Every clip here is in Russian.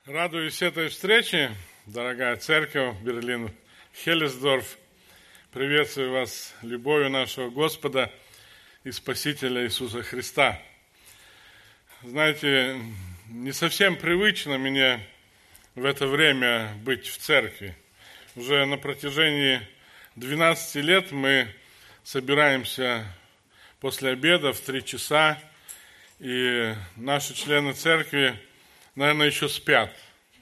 Радуюсь этой встрече, дорогая церковь, Берлин-Хеллесдорф. Приветствую вас любовью нашего Господа и Спасителя Иисуса Христа. Знаете, не совсем привычно мне в это время быть в церкви. Уже на протяжении 12 лет мы собираемся после обеда в 3 часа, и наши члены церкви, наверное, еще спят.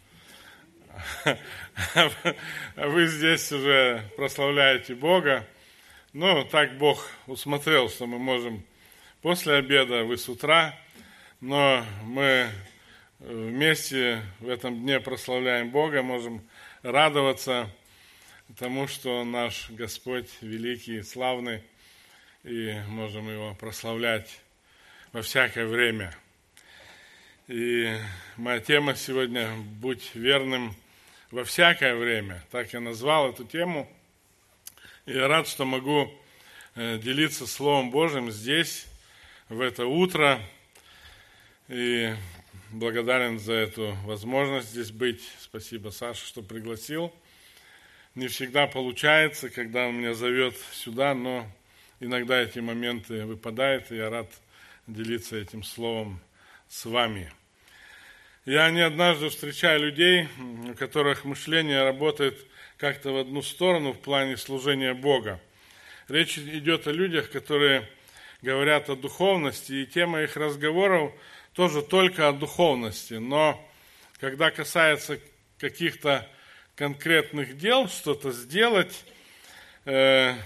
А вы здесь уже прославляете Бога. Ну, так Бог усмотрел, что мы можем после обеда, вы с утра, но мы вместе в этом дне прославляем Бога, можем радоваться тому, что наш Господь великий, славный, и можем Его прославлять во всякое время. И моя тема сегодня «Будь верным во всякое время». Так я назвал эту тему. И я рад, что могу делиться Словом Божьим здесь, в это утро. И благодарен за эту возможность здесь быть. Спасибо, Саша, что пригласил. Не всегда получается, когда он меня зовет сюда, но иногда эти моменты выпадают, и я рад делиться этим словом с вами. Я не однажды встречаю людей, у которых мышление работает как-то в одну сторону в плане служения Бога. Речь идет о людях, которые говорят о духовности, и тема их разговоров тоже только о духовности. Но когда касается каких-то конкретных дел, что-то сделать, то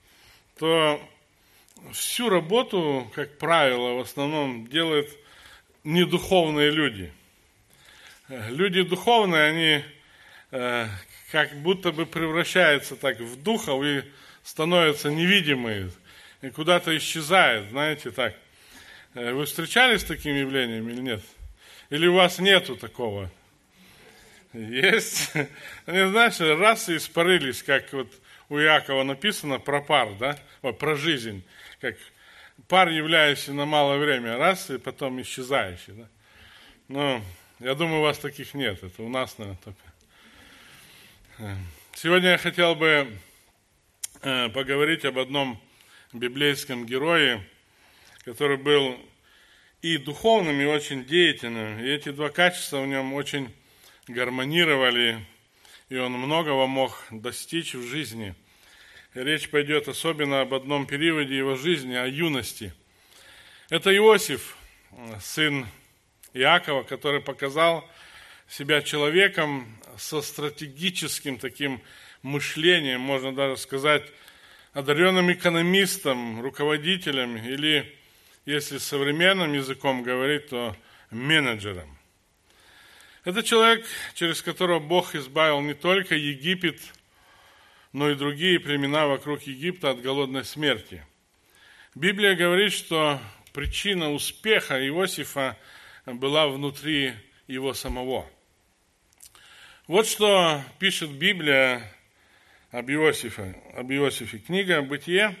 всю работу, как правило, в основном делают недуховные люди. Люди духовные, они как будто бы превращаются так в духов и становятся невидимые, и куда-то исчезают, знаете, так. Вы встречались с таким явлением или нет? Или у вас нету такого? Есть. Они, знаешь, раз и испарились, как вот у Иакова написано про пар, да? Про жизнь, как пар, являющийся на малое время, раз и потом исчезающий, да? Но я думаю, у вас таких нет. Это у нас, наверное, только. Сегодня я хотел бы поговорить об одном библейском герое, который был и духовным, и очень деятельным. И эти два качества в нем очень гармонировали, и он многого мог достичь в жизни. И речь пойдет особенно об одном периоде его жизни, о юности. Это Иосиф, сын Иакова, который показал себя человеком со стратегическим таким мышлением, можно даже сказать, одаренным экономистом, руководителем, или, если современным языком говорить, то менеджером. Это человек, через которого Бог избавил не только Египет, но и другие племена вокруг Египта от голодной смерти. Библия говорит, что причина успеха Иосифа была внутри его самого. Вот что пишет Библия об Иосифе. Книга «Бытие»,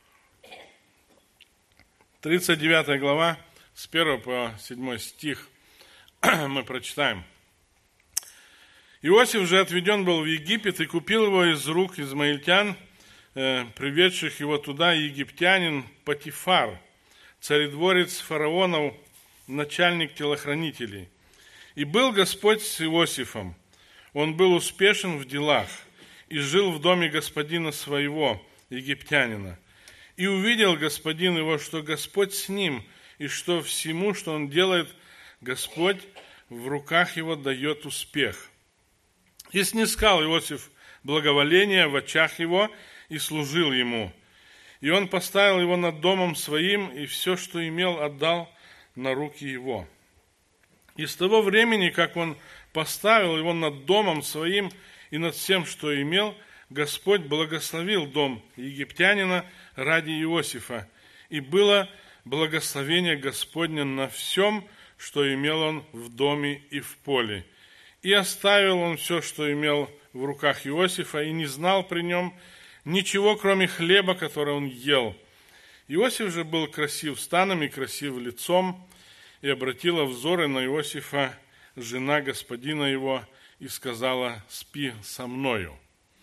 39 глава, с 1 по 7 стих мы прочитаем. «Иосиф же отведен был в Египет и купил его из рук измаильтян, приведших его туда египтянин Потифар, царедворец фараонов, начальник телохранителей. И был Господь с Иосифом. Он был успешен в делах и жил в доме господина своего, египтянина. И увидел господин его, что Господь с ним, и что всему, что он делает, Господь в руках его дает успех. И снискал Иосиф благоволение в очах его и служил ему. И он поставил его над домом своим, и все, что имел, отдал на руки его. И с того времени, как он поставил его над домом своим и над всем, что имел, Господь благословил дом египтянина ради Иосифа, и было благословение Господне на всем, что имел он в доме и в поле. И оставил он все, что имел в руках Иосифа, и не знал при нем ничего, кроме хлеба, который он ел. Иосиф же был красив станом и красив лицом, и обратила взоры на Иосифа жена господина его, и сказала: спи со мною.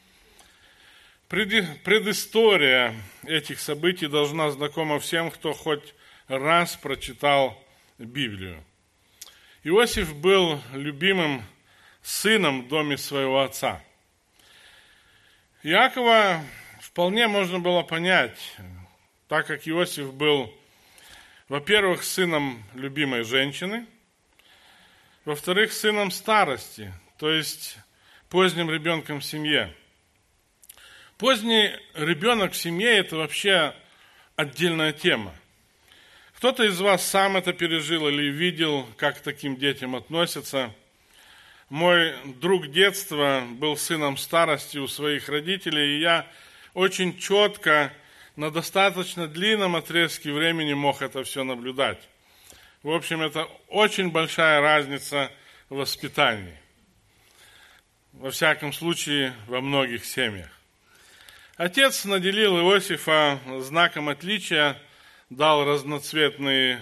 Предыстория этих событий должна знакома всем, кто хоть раз прочитал Библию. Иосиф был любимым сыном в доме своего отца. Иакова вполне можно было понять, так как Иосиф был, во-первых, сыном любимой женщины, во-вторых, сыном старости, то есть поздним ребенком в семье. Поздний ребенок в семье – это вообще отдельная тема. Кто-то из вас сам это пережил или видел, как к таким детям относятся. Мой друг детства был сыном старости у своих родителей, и я очень четко, на достаточно длинном отрезке времени мог это все наблюдать. В общем, это очень большая разница в воспитании. Во всяком случае, во многих семьях. Отец наделил Иосифа знаком отличия, дал разноцветные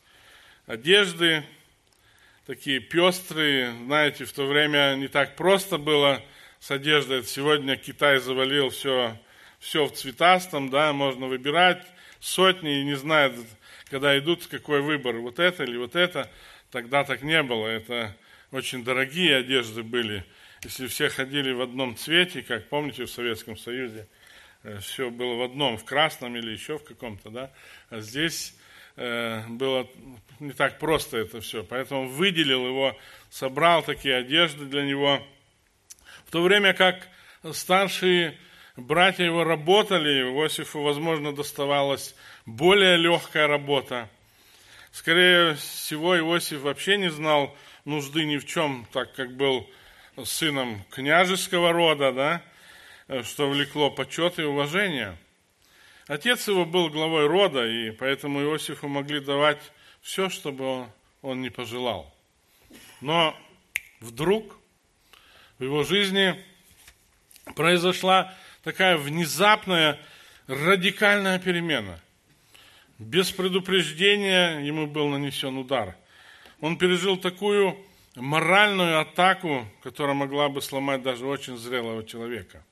одежды, такие пестрые. Знаете, в то время не так просто было с одеждой. Сегодня Китай завалил все в цветастом, да, можно выбирать сотни и не знают, когда идут, какой выбор, вот это или вот это. Тогда так не было, это очень дорогие одежды были. Если все ходили в одном цвете, как помните в Советском Союзе, все было в одном, в красном или еще в каком-то, да. А здесь было не так просто это все, поэтому выделил его, собрал такие одежды для него. В то время как старшие братья его работали, Иосифу, возможно, доставалась более легкая работа. Скорее всего, Иосиф вообще не знал нужды ни в чем, так как был сыном княжеского рода, да, что влекло почет и уважение. Отец его был главой рода, и поэтому Иосифу могли давать все, чтобы он не пожелал. Но вдруг в его жизни произошла такая внезапная, радикальная перемена. Без предупреждения ему был нанесен удар. Он пережил такую моральную атаку, которая могла бы сломать даже очень зрелого человека.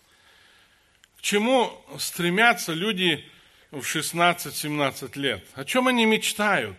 К чему стремятся люди в 16-17 лет? О чем они мечтают?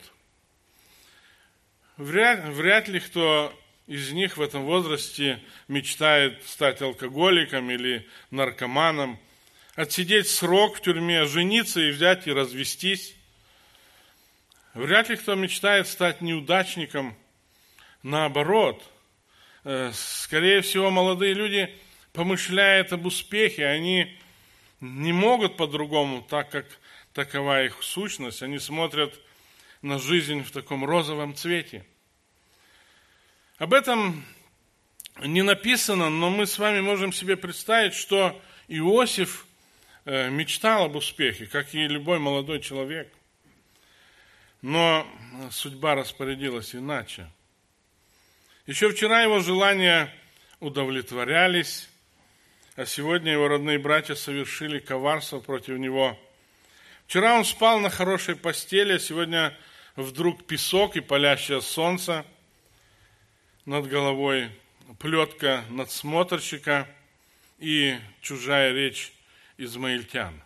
Вряд ли кто из них в этом возрасте мечтает стать алкоголиком или наркоманом, отсидеть срок в тюрьме, жениться и взять и развестись. Вряд ли кто мечтает стать неудачником. Наоборот, скорее всего, молодые люди помышляют об успехе, они не могут по-другому, так как такова их сущность. Они смотрят на жизнь в таком розовом цвете. Об этом не написано, но мы с вами можем себе представить, что Иосиф мечтал об успехе, как и любой молодой человек. Но судьба распорядилась иначе. Еще вчера его желания удовлетворялись, а сегодня его родные братья совершили коварство против него. Вчера он спал на хорошей постели, а сегодня вдруг песок и палящее солнце над головой, плетка надсмотрщика и чужая речь измаильтян.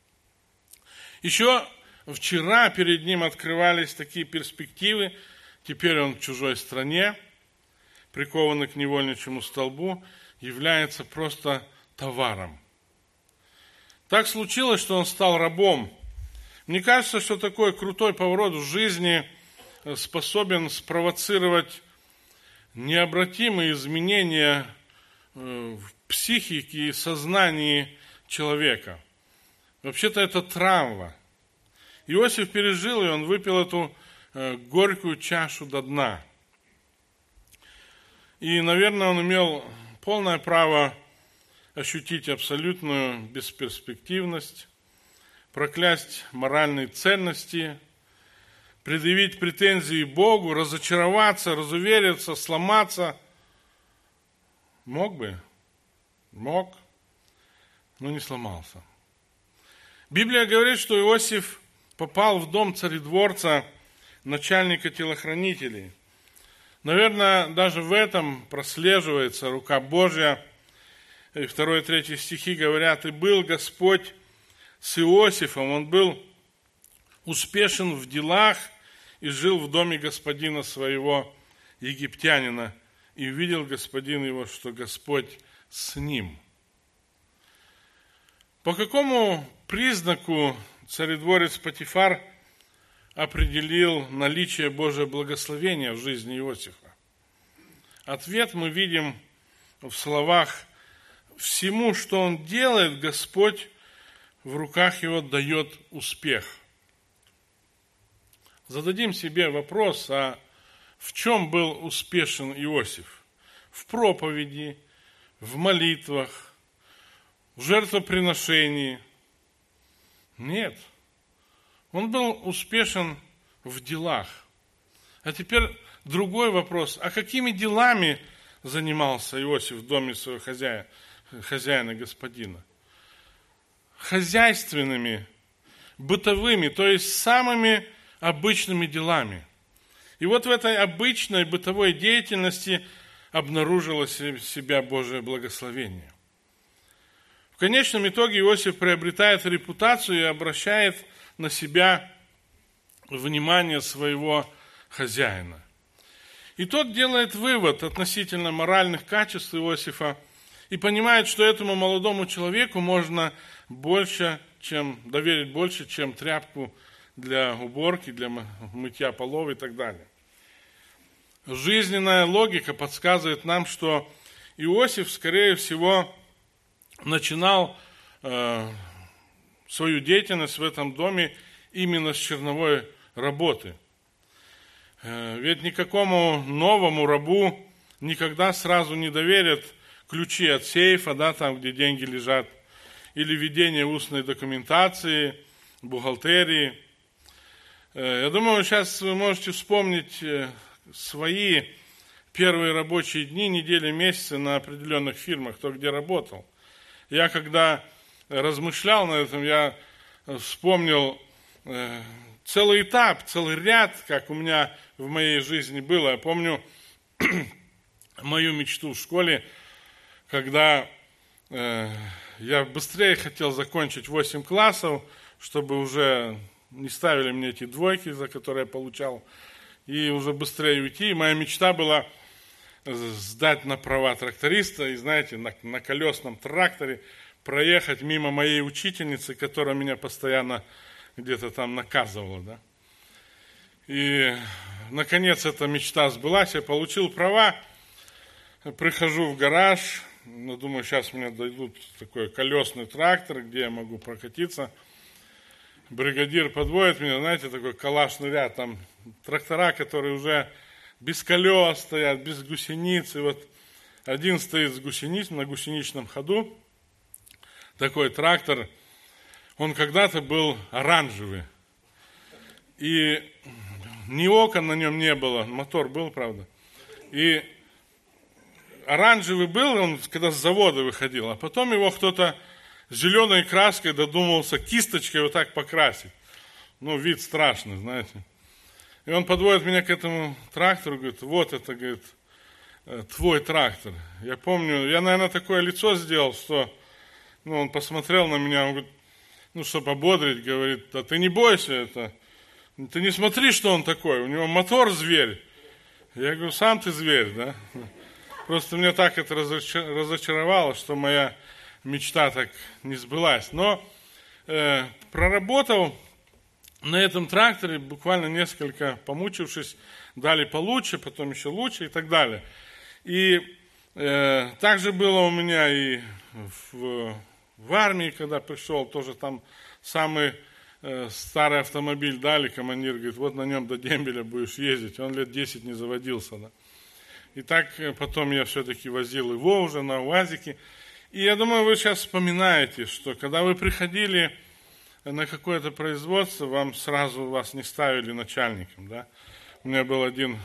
Еще вчера перед ним открывались такие перспективы, теперь он в чужой стране, прикованный к невольничьему столбу, является просто товаром. Так случилось, что он стал рабом. Мне кажется, что такой крутой поворот в жизни способен спровоцировать необратимые изменения в психике и сознании человека. Вообще-то это травма. Иосиф пережил, и он выпил эту горькую чашу до дна. И, наверное, он имел полное право ощутить абсолютную бесперспективность, проклясть моральные ценности, предъявить претензии Богу, разочароваться, разувериться, сломаться. Мог бы? Мог, но не сломался. Библия говорит, что Иосиф попал в дом царедворца, начальника телохранителей. Наверное, даже в этом прослеживается рука Божья. И 2 и 3 стихи говорят: «И был Господь с Иосифом, он был успешен в делах и жил в доме господина своего, египтянина, и увидел господин его, что Господь с ним». По какому признаку царедворец Потифар определил наличие Божьего благословения в жизни Иосифа? Ответ мы видим в словах: «Всему, что он делает, Господь в руках его дает успех». Зададим себе вопрос, а в чем был успешен Иосиф? В проповеди, в молитвах, в жертвоприношении? Нет. Он был успешен в делах. А теперь другой вопрос. А какими делами занимался Иосиф в доме своего хозяина господина? Хозяйственными, бытовыми, то есть самыми обычными делами. И вот в этой обычной бытовой деятельности обнаружилось себя Божие благословение. В конечном итоге Иосиф приобретает репутацию и обращает на себя внимание своего хозяина. И тот делает вывод относительно моральных качеств Иосифа и понимает, что этому молодому человеку можно доверить больше, чем тряпку для уборки, для мытья полов и так далее. Жизненная логика подсказывает нам, что Иосиф, скорее всего, начинал свою деятельность в этом доме именно с черновой работы. Ведь никакому новому рабу никогда сразу не доверят ключи от сейфа, да, там, где деньги лежат, или ведение устной документации, бухгалтерии. Я думаю, сейчас вы можете вспомнить свои первые рабочие дни, недели, месяцы на определенных фирмах, кто где работал. Я когда размышлял на этом, я вспомнил целый этап, целый ряд, как у меня в моей жизни было. Я помню мою мечту в школе, когда я быстрее хотел закончить 8 классов, чтобы уже не ставили мне эти двойки, за которые я получал, и уже быстрее уйти. И моя мечта была сдать на права тракториста и, знаете, на колесном тракторе проехать мимо моей учительницы, которая меня постоянно где-то там наказывала, да. И, наконец, эта мечта сбылась, я получил права, прихожу в гараж, думаю, сейчас мне дадут такой колесный трактор, где я могу прокатиться. Бригадир подводит меня, знаете, такой калашный ряд, там трактора, которые уже без колес стоят, без гусениц, и вот один стоит с гусениц, на гусеничном ходу, такой трактор, он когда-то был оранжевый, и ни окон на нем не было, мотор был, правда, и оранжевый был, он когда с завода выходил, а потом его кто-то зеленой краской додумался кисточкой вот так покрасить. Ну, вид страшный, знаете. И он подводит меня к этому трактору, говорит, вот это, говорит, твой трактор. Я помню, я, наверное, такое лицо сделал, что, он посмотрел на меня, он говорит, чтобы ободрить, говорит, да ты не бойся, ты не смотри, что он такой, у него мотор зверь. Я говорю, сам ты зверь, да? Просто меня так это разочаровало, что моя мечта так не сбылась. Но проработал на этом тракторе, буквально несколько помучившись, дали получше, потом еще лучше и так далее. И также было у меня и в армии, когда пришел, тоже там самый старый автомобиль дали, командир говорит, вот на нем до дембеля будешь ездить. Он лет 10 не заводился, да. И так потом я все-таки возил его уже на УАЗике. И я думаю, вы сейчас вспоминаете, что когда вы приходили на какое-то производство, вас не ставили начальником, да. У меня был один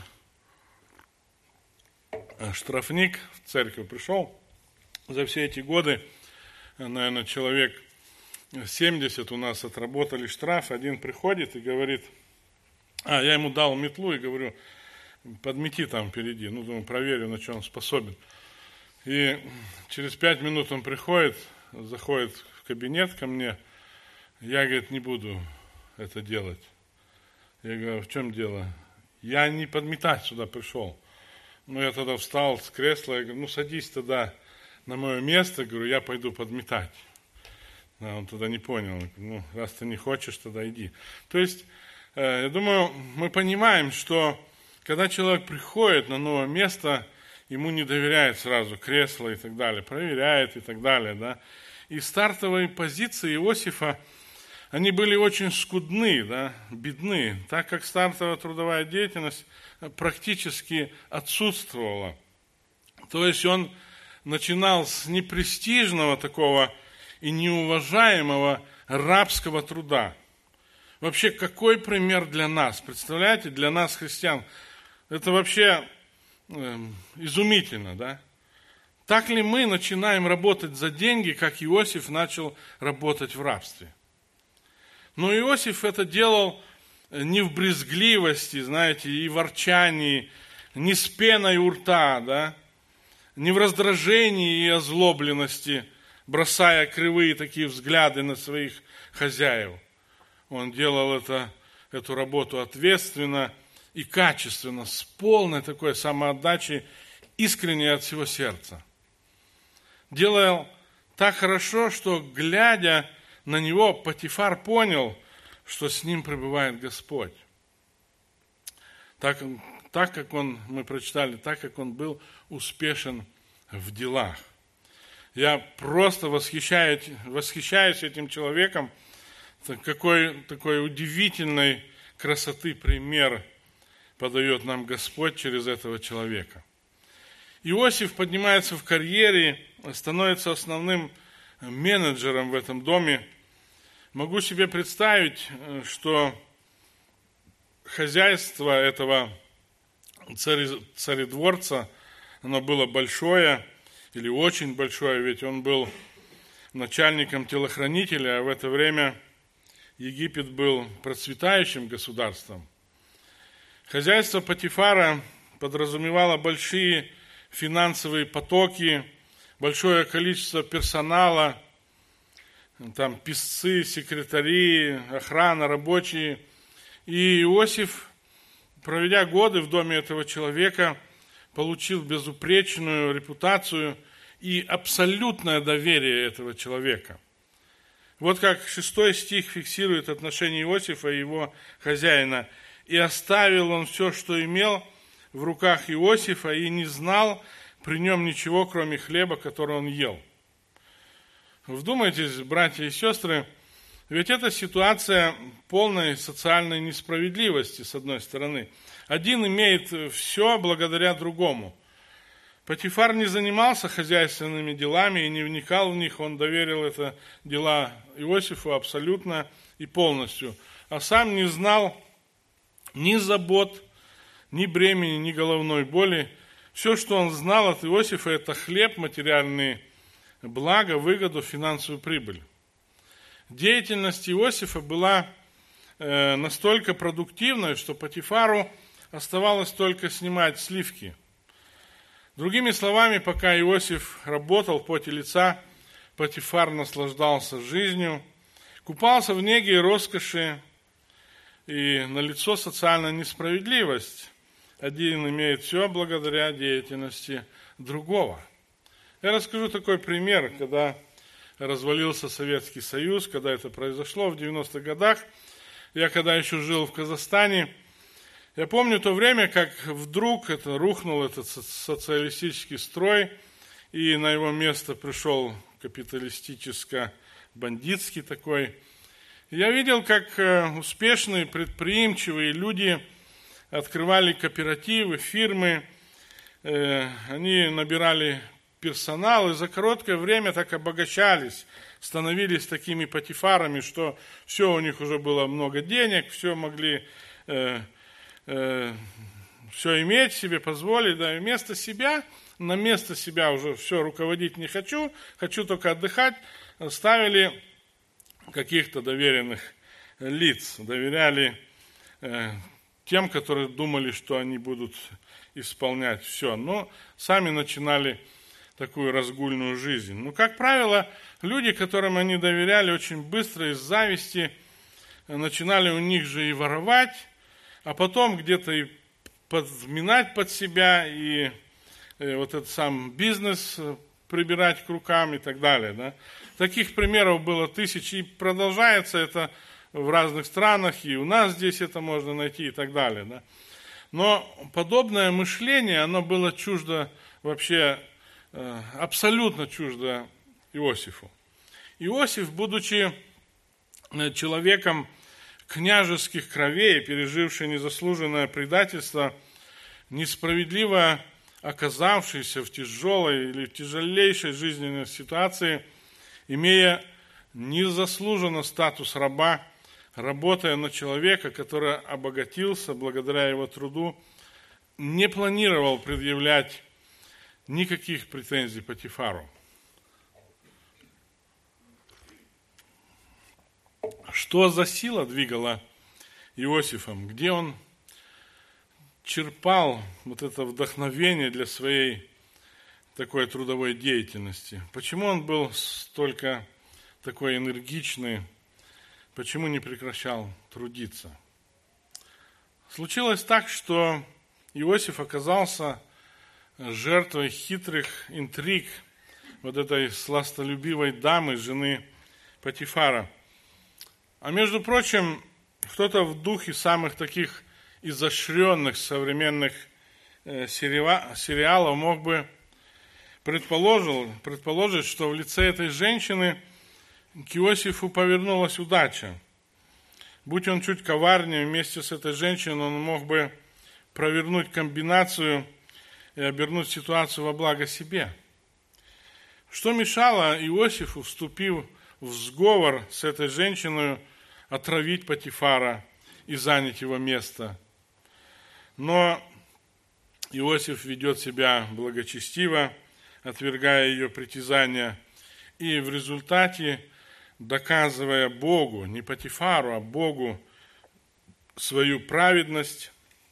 штрафник в церковь пришел. За все эти годы, наверное, человек 70 у нас отработали штраф. Один приходит и говорит, я ему дал метлу и говорю, подмети там впереди. Ну, думаю, проверю, на что он способен. И через 5 минут он приходит, заходит в кабинет ко мне. Я, говорит, не буду это делать. Я говорю, в чем дело? Я не подметать сюда пришел. Ну, я тогда встал с кресла, я говорю, ну, садись тогда на мое место, говорю, я пойду подметать. А он тогда не понял, ну, раз ты не хочешь, тогда иди. То есть, я думаю, мы понимаем, что когда человек приходит на новое место, ему не доверяет сразу кресло и так далее, проверяет и так далее, да. И стартовые позиции Иосифа, они были очень скудны, да, бедны, так как стартовая трудовая деятельность практически отсутствовала. То есть он начинал с непрестижного такого и неуважаемого рабского труда. Вообще, какой пример для нас? Представляете, для нас, христиан, это вообще изумительно, да? Так ли мы начинаем работать за деньги, как Иосиф начал работать в рабстве? Но Иосиф это делал не в брезгливости, знаете, и ворчании, не с пеной у рта, да, не в раздражении и озлобленности, бросая кривые такие взгляды на своих хозяев. Он делал эту работу ответственно и качественно, с полной такой самоотдачей, искренне от всего сердца. Делал так хорошо, что, глядя на него, Потифар понял, что с ним пребывает Господь. Так как мы прочитали, так как он был успешен в делах. Я просто восхищаюсь этим человеком, какой такой удивительной красоты пример подает нам Господь через этого человека. Иосиф поднимается в карьере, становится основным менеджером в этом доме. Могу себе представить, что хозяйство этого царедворца, оно было большое или очень большое, ведь он был начальником телохранителя, а в это время Египет был процветающим государством. Хозяйство Потифара подразумевало большие финансовые потоки, большое количество персонала, там писцы, секретари, охрана, рабочие. И Иосиф, проведя годы в доме этого человека, получил безупречную репутацию и абсолютное доверие этого человека. Вот как 6 стих фиксирует отношения Иосифа и его хозяина. «И оставил он все, что имел в руках Иосифа, и не знал при нем ничего, кроме хлеба, который он ел». Вдумайтесь, братья и сестры, ведь это ситуация полной социальной несправедливости, с одной стороны. Один имеет все благодаря другому. Потифар не занимался хозяйственными делами и не вникал в них, он доверил это дела Иосифу абсолютно и полностью, а сам не знал ни забот, ни бремени, ни головной боли. Все, что он знал от Иосифа, это хлеб, материальные блага, выгоду, финансовую прибыль. Деятельность Иосифа была настолько продуктивной, что Потифару оставалось только снимать сливки. Другими словами, пока Иосиф работал в поте лица, Потифар наслаждался жизнью, купался в неге и роскоши, и налицо социальная несправедливость. Один имеет все благодаря деятельности другого. Я расскажу такой пример, когда развалился Советский Союз, когда это произошло в 90-х годах. Я когда еще жил в Казахстане, я помню то время, как вдруг рухнул этот социалистический строй, и на его место пришел капиталистическо-бандитский такой. Я видел, как успешные, предприимчивые люди открывали кооперативы, фирмы, они набирали персонал, и за короткое время так обогащались, становились такими Потифарами, что все у них уже было много денег, все могли все иметь, себе позволить, да, и на место себя уже все руководить не хочу, хочу только отдыхать, ставили каких-то доверенных лиц, доверяли тем, которые думали, что они будут исполнять все, но сами начинали такую разгульную жизнь. Ну, как правило, люди, которым они доверяли, очень быстро из зависти начинали у них же и воровать, а потом где-то и подминать под себя, и вот этот сам бизнес прибирать к рукам и так далее. Да? Таких примеров было тысячи, и продолжается это в разных странах, и у нас здесь это можно найти и так далее. Да? Но подобное мышление, оно было чуждо вообще, абсолютно чуждо Иосифу. Иосиф, будучи человеком княжеских кровей, переживший незаслуженное предательство, несправедливо оказавшийся в тяжелой или тяжелейшей жизненной ситуации, имея незаслуженно статус раба, работая на человека, который обогатился благодаря его труду, не планировал предъявлять никаких претензий Потифару. Что за сила двигала Иосифом? Где он черпал вот это вдохновение для своей такой трудовой деятельности? Почему он был столько такой энергичный? Почему не прекращал трудиться? Случилось так, что Иосиф оказался жертвой хитрых интриг вот этой сластолюбивой дамы, жены Потифара. А между прочим, кто-то в духе самых таких изощренных современных сериалов мог бы предположить, что в лице этой женщины к Иосифу повернулась удача. Будь он чуть коварнее, вместе с этой женщиной он мог бы провернуть комбинацию и обернуть ситуацию во благо себе. Что мешало Иосифу, вступив в сговор с этой женщиной, отравить Потифара и занять его место? Но Иосиф ведет себя благочестиво, отвергая ее притязания, и в результате, доказывая Богу, не Потифару, а Богу свою праведность,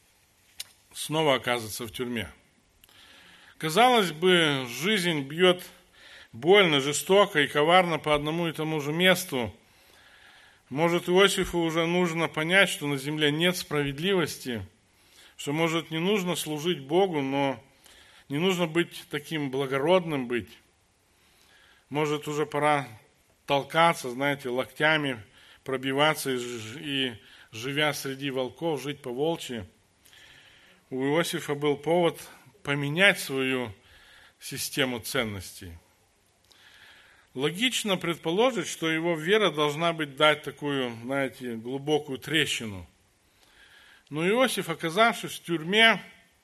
снова оказывается в тюрьме. Казалось бы, жизнь бьет больно, жестоко и коварно по одному и тому же месту. Может, Иосифу уже нужно понять, что на земле нет справедливости, что, может, не нужно служить Богу, но не нужно быть таким благородным быть. Может, уже пора толкаться, знаете, локтями, пробиваться и живя среди волков, жить по-волчьи. У Иосифа был повод поменять свою систему ценностей. Логично предположить, что его вера должна быть дать такую, знаете, глубокую трещину. Но Иосиф, оказавшись в тюрьме,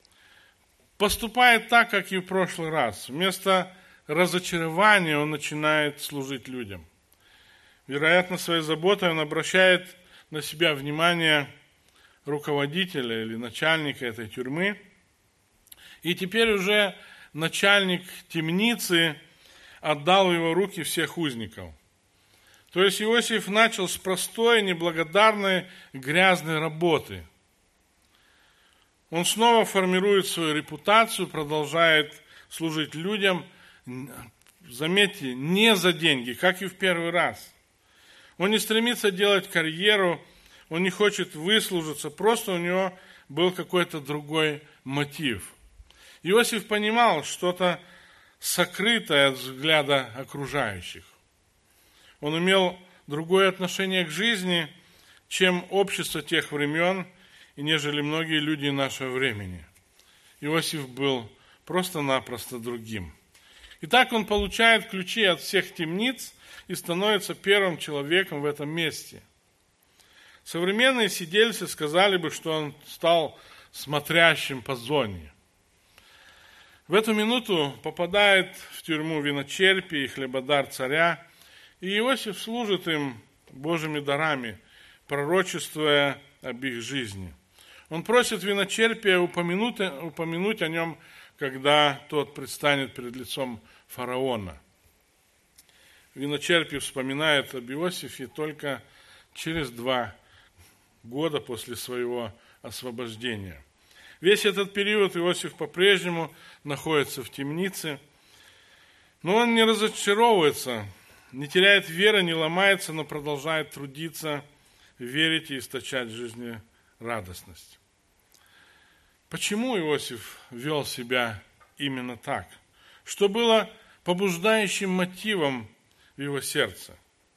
поступает так, как и в прошлый раз. Вместо разочарования он начинает служить людям. Вероятно, своей заботой он обращает на себя внимание руководителя или начальника этой тюрьмы. И теперь уже начальник темницы отдал в его руки всех узников. То есть Иосиф начал с простой, неблагодарной, грязной работы. Он снова формирует свою репутацию, продолжает служить людям, заметьте, не за деньги, как и в первый раз. Он не стремится делать карьеру, он не хочет выслужиться, просто у него был какой-то другой мотив. Иосиф понимал что-то сокрытое от взгляда окружающих. Он имел другое отношение к жизни, чем общество тех времен, и нежели многие люди нашего времени. Иосиф был просто-напросто другим. Итак, он получает ключи от всех темниц и становится первым человеком в этом месте. Современные сидельцы сказали бы, что он стал смотрящим по зоне. В эту минуту попадает в тюрьму виночерпий и хлебодар царя, и Иосиф служит им Божьими дарами, пророчествуя об их жизни. Он просит виночерпия упомянуть о нем, когда тот предстанет перед лицом фараона. Виночерпий вспоминает об Иосифе только через 2 года после своего освобождения. Весь этот период Иосиф по-прежнему находится в темнице, но он не разочаровывается, не теряет веры, не ломается, но продолжает трудиться, верить и источать жизнерадостность. Почему Иосиф вел себя именно так? Что было побуждающим мотивом в его сердце?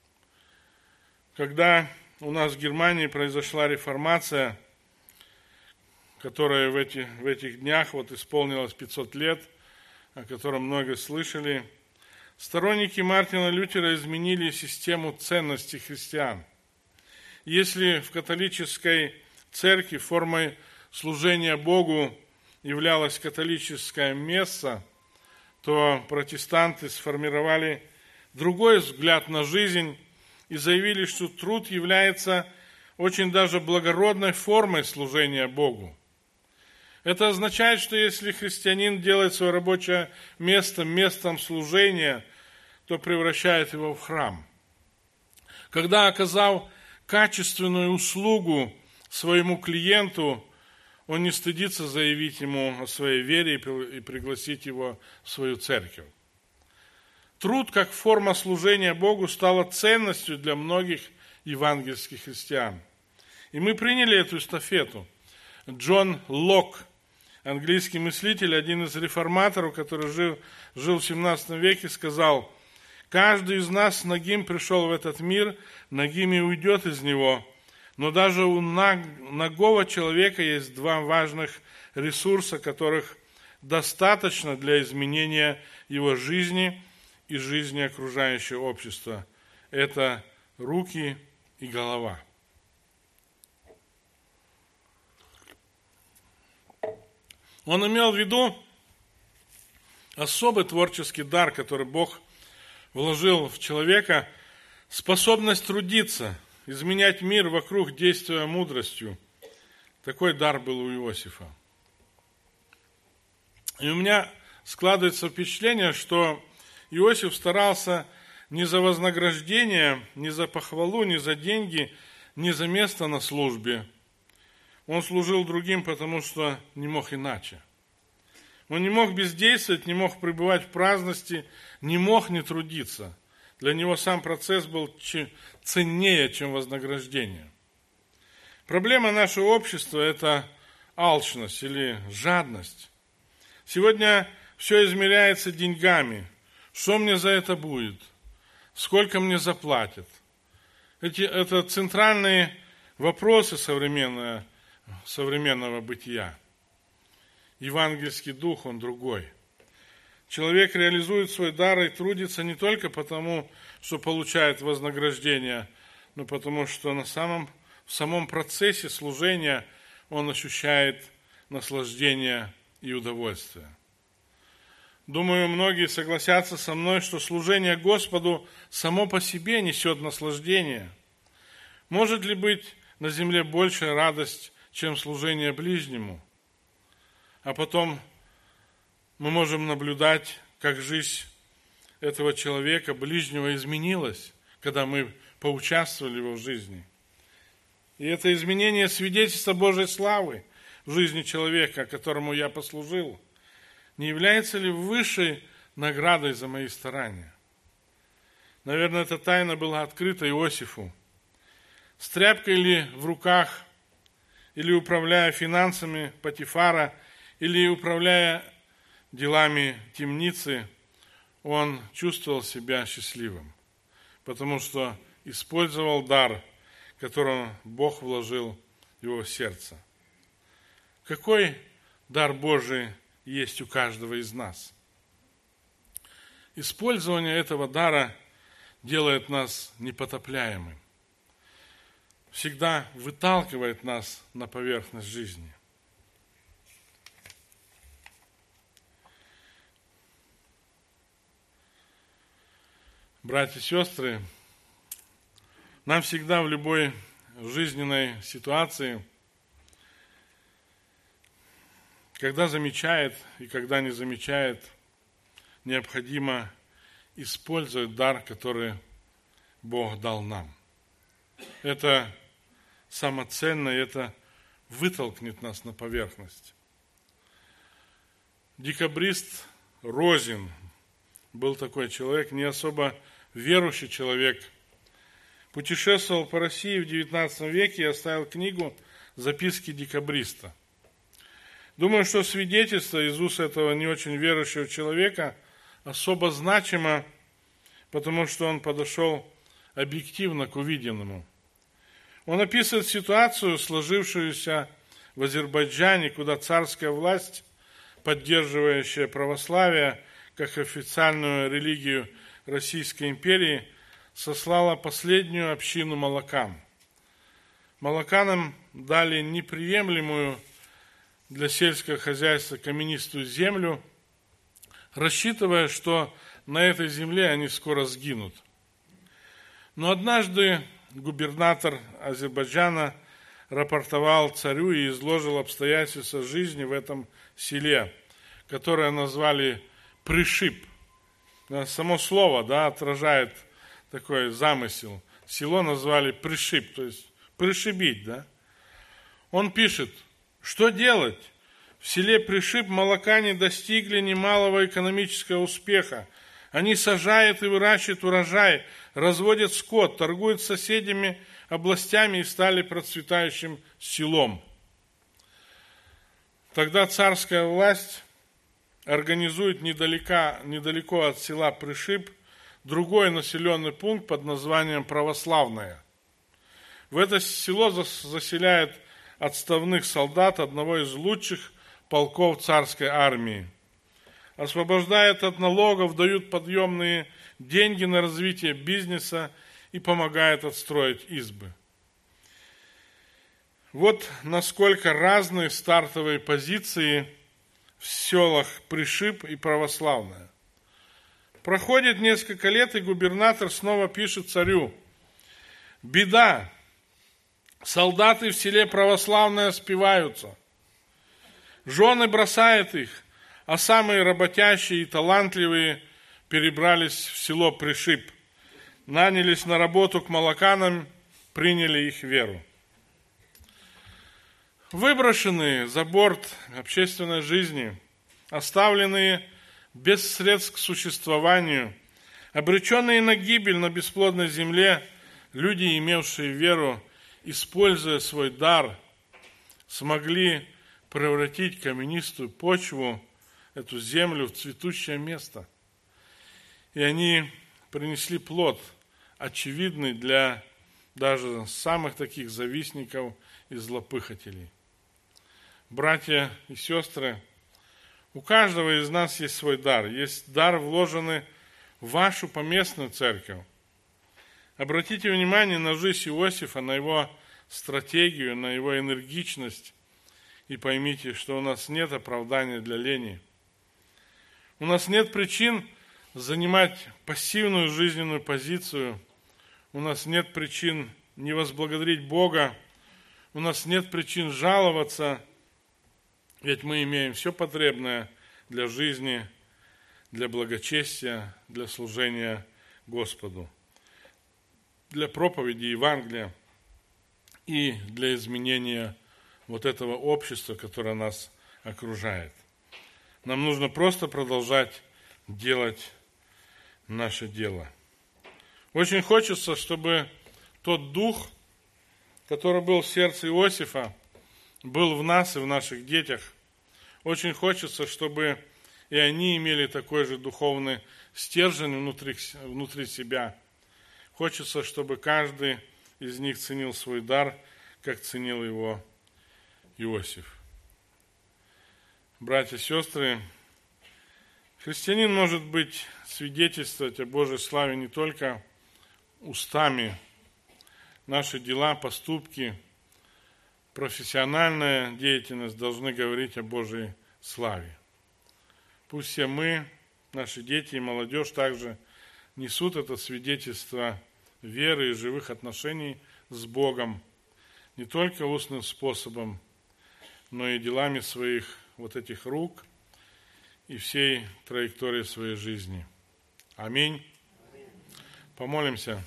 Когда у нас в Германии произошла реформация, которая в этих днях исполнилось 500 лет, о котором много слышали, сторонники Мартина Лютера изменили систему ценностей христиан. Если в католической церкви формой служения Богу являлось католическое место, то протестанты сформировали другой взгляд на жизнь и заявили, что труд является очень даже благородной формой служения Богу. Это означает, что если христианин делает свое рабочее место местом служения, то превращает его в храм. Когда оказал качественную услугу своему клиенту, он не стыдится заявить ему о своей вере и пригласить его в свою церковь. Труд, как форма служения Богу, стала ценностью для многих евангельских христиан. И мы приняли эту эстафету. Джон Лок, английский мыслитель, один из реформаторов, который жил в 17 веке, сказал: «Каждый из нас нагим пришел в этот мир, нагим и уйдет из него. Но даже у нагого человека есть два важных ресурса, которых достаточно для изменения его жизни и жизни окружающего общества. Это руки и голова». Он имел в виду особый творческий дар, который Бог вложил в человека, способность трудиться, изменять мир вокруг, действуя мудростью. Такой дар был у Иосифа. И у меня складывается впечатление, что Иосиф старался не за вознаграждение, не за похвалу, не за деньги, не за место на службе. Он служил другим, потому что не мог иначе. Он не мог бездействовать, не мог пребывать в праздности, не мог не трудиться. Для него сам процесс был ценнее, чем вознаграждение. Проблема нашего общества – это алчность или жадность. Сегодня все измеряется деньгами. Что мне за это будет? Сколько мне заплатят? Это центральные вопросы современного бытия. Евангельский дух, он другой. Человек реализует свой дар и трудится не только потому, что получает вознаграждение, но потому, что в самом процессе служения он ощущает наслаждение и удовольствие. Думаю, многие согласятся со мной, что служение Господу само по себе несет наслаждение. Может ли быть на земле большая радость, чем служение ближнему? А потом мы можем наблюдать, как жизнь этого человека, ближнего, изменилась, когда мы поучаствовали в его жизни. И это изменение свидетельства Божьей славы в жизни человека, которому я послужил, не является ли высшей наградой за мои старания? Наверное, эта тайна была открыта Иосифу. С тряпкой ли в руках, или управляя финансами Потифара, или управляя делами темницы, он чувствовал себя счастливым, потому что использовал дар, который Бог вложил в его сердце. Какой дар Божий есть у каждого из нас? Использование этого дара делает нас непотопляемым, всегда выталкивает нас на поверхность жизни. Братья и сестры, нам всегда в любой жизненной ситуации, когда замечает и когда не замечает, необходимо использовать дар, который Бог дал нам. Это самоценно, и это вытолкнет нас на поверхность. Декабрист Розин был такой человек, не особо верующий человек. Путешествовал по России в XIX веке и оставил книгу «Записки декабриста». Думаю, что свидетельство из уст этого не очень верующего человека особо значимо, потому что он подошел объективно к увиденному. Он описывает ситуацию, сложившуюся в Азербайджане, куда царская власть, поддерживающая православие как официальную религию Российской империи, сослала последнюю общину молокан. Молоканам дали неприемлемую для сельского хозяйства каменистую землю, рассчитывая, что на этой земле они скоро сгинут. Но однажды губернатор Азербайджана рапортовал царю и изложил обстоятельства жизни в этом селе, которое назвали Пришиб. Само слово отражает такой замысел. Село назвали Пришиб, то есть пришибить. Он пишет, что делать? В селе Пришиб молокане достигли немалого экономического успеха. Они сажают и выращивают урожай, разводят скот, торгуют с соседними областями и стали процветающим селом. Тогда царская власть организует недалеко от села Пришиб другой населенный пункт под названием Православное. В это село заселяет отставных солдат одного из лучших полков царской армии. Освобождают от налогов, дают подъемные деньги на развитие бизнеса и помогают отстроить избы. Вот насколько разные стартовые позиции в селах Пришиб и Православное. Проходит несколько лет, и губернатор снова пишет царю: «Беда! Солдаты в селе Православное спиваются. Жены бросают их, а самые работящие и талантливые перебрались в село Пришиб, нанялись на работу к молоканам, приняли их веру». Выброшенные за борт общественной жизни, оставленные без средств к существованию, обреченные на гибель на бесплодной земле, люди, имевшие веру, используя свой дар, смогли превратить каменистую почву, эту землю, в цветущее место. И они принесли плод, очевидный для даже самых таких завистников и злопыхателей. Братья и сестры, у каждого из нас есть свой дар. Есть дар, вложенный в вашу поместную церковь. Обратите внимание на жизнь Иосифа, на его стратегию, на его энергичность. И поймите, что у нас нет оправдания для лени. У нас нет причин занимать пассивную жизненную позицию. У нас нет причин не возблагодарить Бога. У нас нет причин жаловаться. Ведь мы имеем все потребное для жизни, для благочестия, для служения Господу, для проповеди Евангелия и для изменения вот этого общества, которое нас окружает. Нам нужно просто продолжать делать наше дело. Очень хочется, чтобы тот дух, который был в сердце Иосифа, был в нас и в наших детях. Очень хочется, чтобы и они имели такой же духовный стержень внутри себя. Хочется, чтобы каждый из них ценил свой дар, как ценил его Иосиф. Братья и сестры, христианин может быть свидетельствовать о Божьей славе не только устами. Наши дела, поступки, профессиональная деятельность должны говорить о Божьей славе. Пусть все мы, наши дети и молодежь также несут это свидетельство веры и живых отношений с Богом, не только устным способом, но и делами своих вот этих рук и всей траектории своей жизни. Аминь. Помолимся.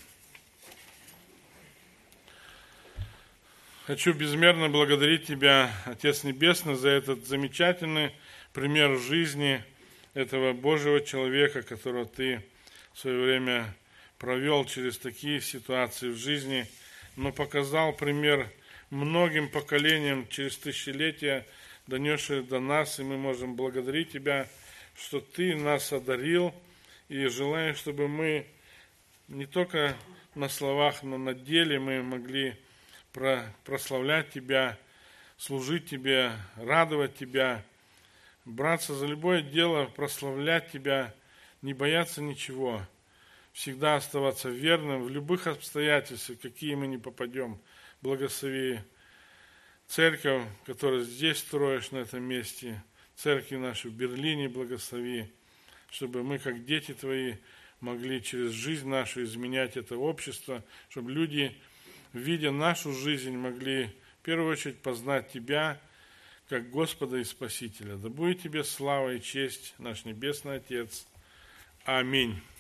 Хочу безмерно благодарить Тебя, Отец Небесный, за этот замечательный пример жизни этого Божьего человека, которого ты в свое время провел через такие ситуации в жизни, но показал пример многим поколениям через тысячелетия, донесшие до нас, и мы можем благодарить Тебя, что Ты нас одарил, и желаем, чтобы мы не только на словах, но на деле мы могли прославлять Тебя, служить Тебе, радовать Тебя, браться за любое дело, прославлять Тебя, не бояться ничего, всегда оставаться верным в любых обстоятельствах, какие мы ни попадем. Благослови церковь, которую здесь строишь, на этом месте, церкви наши в Берлине благослови, чтобы мы, как дети Твои, могли через жизнь нашу изменять это общество, чтобы люди, видя нашу жизнь, могли в первую очередь познать Тебя, как Господа и Спасителя. Да будет Тебе слава и честь, наш Небесный Отец. Аминь.